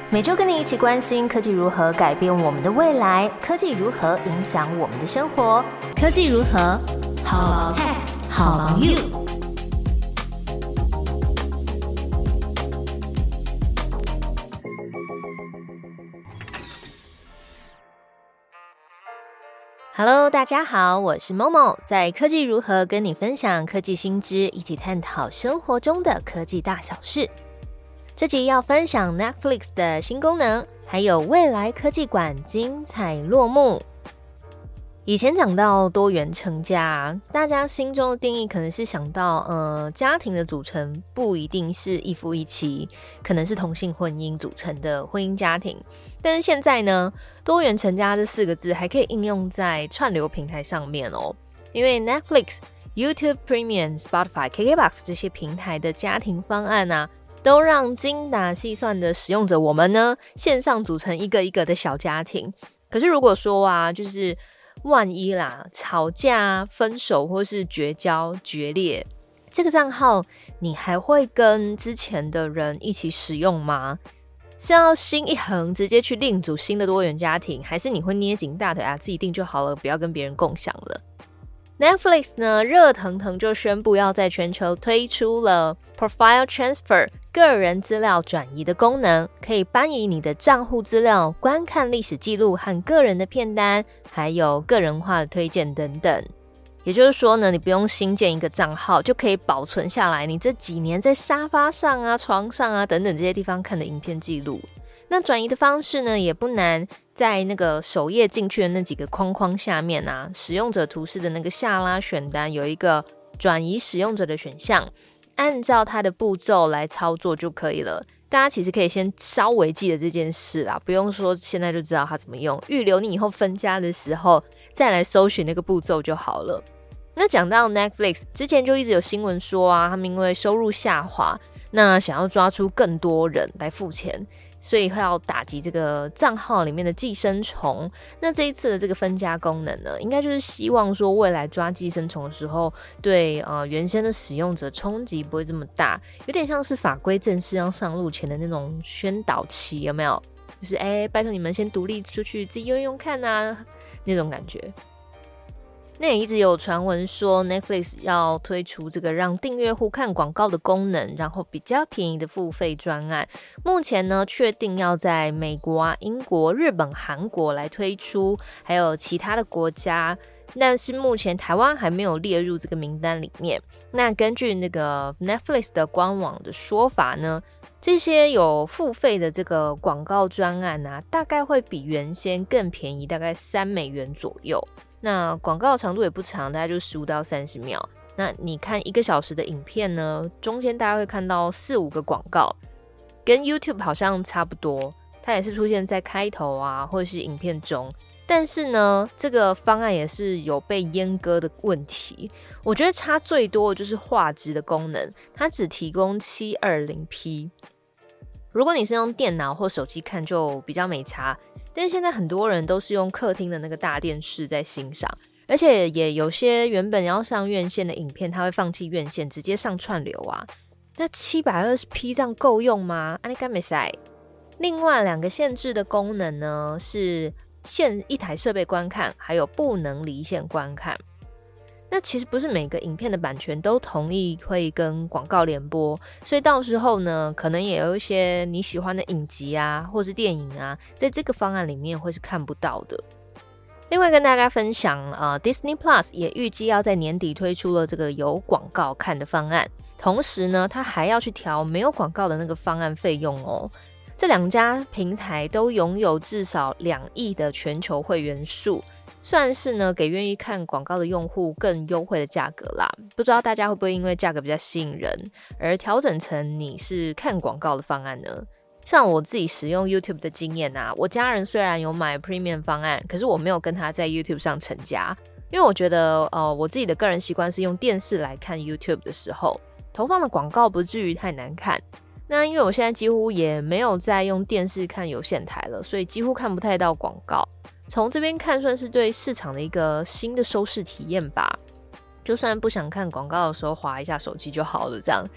每周跟你一起关心科技如何改变我们的未来，科技如何影响我们的生活，科技如何好 Tech 好 You。Hello， 大家好，我是 Momo， 在科技如何跟你分享科技新知，一起探讨生活中的科技大小事。这集要分享 Netflix 的新功能，还有未来科技馆精彩落幕。以前讲到多元成家，大家心中的定义可能是想到家庭的组成不一定是一夫一妻，可能是同性婚姻组成的婚姻家庭。但是现在呢，多元成家这4个字还可以应用在串流平台上面哦。因为 Netflix、YouTube Premium、Spotify、KKBOX 这些平台的家庭方案啊，都让精打细算的使用者我们呢，线上组成一个一个的小家庭。可是如果说啊，就是万一啦，吵架、分手或是绝交、决裂，这个账号你还会跟之前的人一起使用吗？是要心一横直接去另组新的多元家庭，还是你会捏紧大腿啊，自己定就好了，不要跟别人共享了？ Netflix 呢，热腾腾就宣布要在全球推出了 Profile Transfer 个人资料转移的功能，可以搬移你的账户资料、观看历史记录和个人的片单，还有个人化的推荐等等。也就是说呢，你不用新建一个账号，就可以保存下来你这几年在沙发上啊、床上啊等等这些地方看的影片记录。那转移的方式呢，也不难，在那个首页进去的那几个框框下面啊，使用者图示的那个下拉选单有一个转移使用者的选项，按照它的步骤来操作就可以了。大家其实可以先稍微记得这件事啦，不用说现在就知道它怎么用，预留你以后分家的时候再来搜寻那个步骤就好了。那讲到 Netflix， 之前就一直有新闻说啊，他们因为收入下滑，那想要抓出更多人来付钱，所以会要打击这个账号里面的寄生虫。那这一次的这个分家功能呢，应该就是希望说未来抓寄生虫的时候，对原先的使用者冲击不会这么大，有点像是法规正式要上路前的那种宣导期，有没有？就是拜托你们先独立出去自己用用看啊，那种感觉。那也一直有传闻说 Netflix 要推出这个让订阅户看广告的功能，然后比较便宜的付费专案。目前呢，确定要在美国啊、英国、日本、韩国来推出，还有其他的国家，但是目前台湾还没有列入这个名单里面。那根据那个 Netflix 的官网的说法呢，这些有付费的这个广告专案啊，大概会比原先更便宜，大概$3左右。那广告长度也不长，大概就15到30秒。那你看1个小时的影片呢，中间大家会看到4-5个广告，跟 YouTube 好像差不多，它也是出现在开头啊，或者是影片中。但是呢，这个方案也是有被阉割的问题。我觉得差最多的就是画质的功能，它只提供 720p。如果你是用电脑或手机看就比较没差，但是现在很多人都是用客厅的那个大电视在欣赏，而且也有些原本要上院线的影片，它会放弃院线直接上串流啊。那 720p 这样够用吗？你敢不可以？另外2个限制的功能呢，是限1台设备观看，还有不能离线观看。那其实不是每个影片的版权都同意会跟广告联播，所以到时候呢，可能也有一些你喜欢的影集啊，或是电影啊，在这个方案里面会是看不到的。另外跟大家分享Disney Plus 也预计要在年底推出了这个有广告看的方案，同时呢，它还要去调没有广告的那个方案费用哦。这2家平台都拥有至少2亿的全球会员数，算是呢给愿意看广告的用户更优惠的价格啦。不知道大家会不会因为价格比较吸引人而调整成你是看广告的方案呢？像我自己使用 YouTube 的经验啊，我家人虽然有买 Premium 方案，可是我没有跟他在 YouTube 上成家，因为我觉得我自己的个人习惯是用电视来看 YouTube 的时候，投放的广告不至于太难看。那因为我现在几乎也没有在用电视看有线台了，所以几乎看不太到广告。从这边看算是对市场的一个新的收视体验吧，就算不想看广告的时候滑一下手机就好了这样。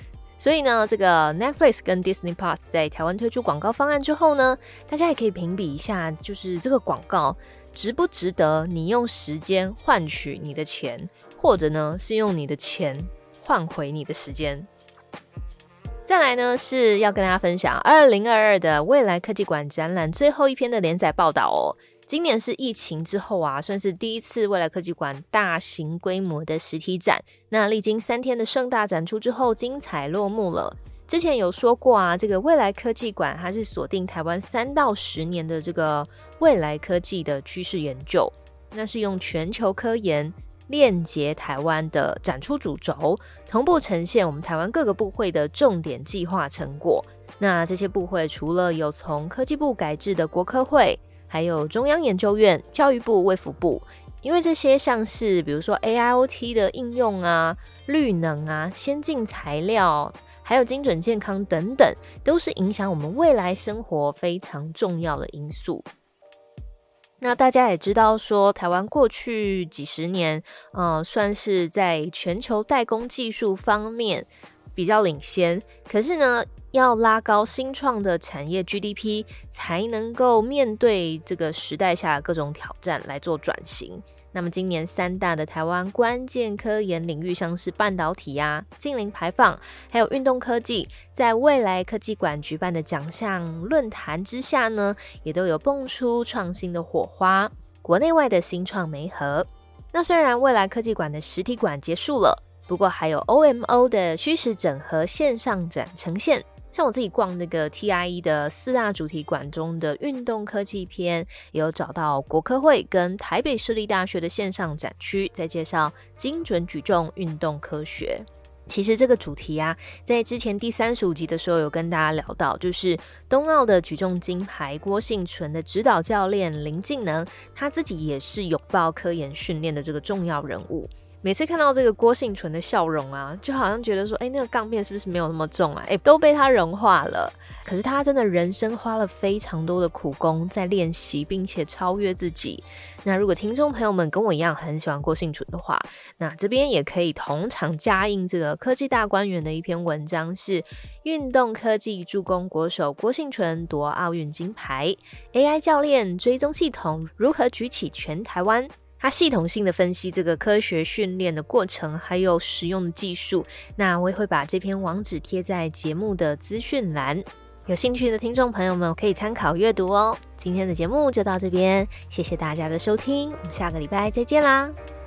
所以呢，这个 Netflix 跟 Disney Plus 在台湾推出广告方案之后呢，大家也可以评比一下，就是这个广告值不值得你用时间换取你的钱，或者呢是用你的钱换回你的时间。再来呢是要跟大家分享2022的未来科技馆展览最后一篇的连载报道哦。今年是疫情之后啊，算是第一次未来科技馆大型规模的实体展。那历经3天的盛大展出之后，精彩落幕了。之前有说过啊，这个未来科技馆它是锁定台湾3到10年的这个未来科技的趋势研究，那是用全球科研链接台湾的展出主轴，同步呈现我们台湾各个部会的重点计划成果。那这些部会除了有从科技部改制的国科会，还有中央研究院、教育部、卫福部，因为这些像是比如说 AIoT 的应用啊、绿能啊、先进材料，还有精准健康等等，都是影响我们未来生活非常重要的因素。那大家也知道说，台湾过去几十年算是在全球代工技术方面比较领先，可是呢要拉高新创的产业 GDP， 才能够面对这个时代下的各种挑战来做转型。那么今年3大的台湾关键科研领域，像是半导体啊、净零排放，还有运动科技，在未来科技馆举办的奖项论坛之下呢，也都有蹦出创新的火花，国内外的新创媒合。那虽然未来科技馆的实体馆结束了，不过还有 OMO 的虚实整合线上展呈现。像我自己逛那个 TIE 的4大主题馆中的运动科技篇，也有找到国科会跟台北市立大学的线上展区，在介绍精准举重运动科学。其实这个主题啊，在之前第35集的时候有跟大家聊到，就是冬奥的举重金牌郭婞淳的指导教练林敬能，他自己也是拥抱科研训练的这个重要人物。每次看到这个郭婞淳的笑容啊，就好像觉得说，那个杠片是不是没有那么重啊？都被他融化了。可是他真的人生花了非常多的苦功在练习，并且超越自己。那如果听众朋友们跟我一样很喜欢郭婞淳的话，那这边也可以同场加映这个科技大观园的一篇文章，是运动科技助攻国手郭婞淳夺奥运金牌， AI 教练追踪系统如何举起全台湾。他系统性的分析这个科学训练的过程，还有实用的技术。那我也会把这篇网址贴在节目的资讯栏，有兴趣的听众朋友们可以参考阅读哦。今天的节目就到这边，谢谢大家的收听，我们下个礼拜再见啦。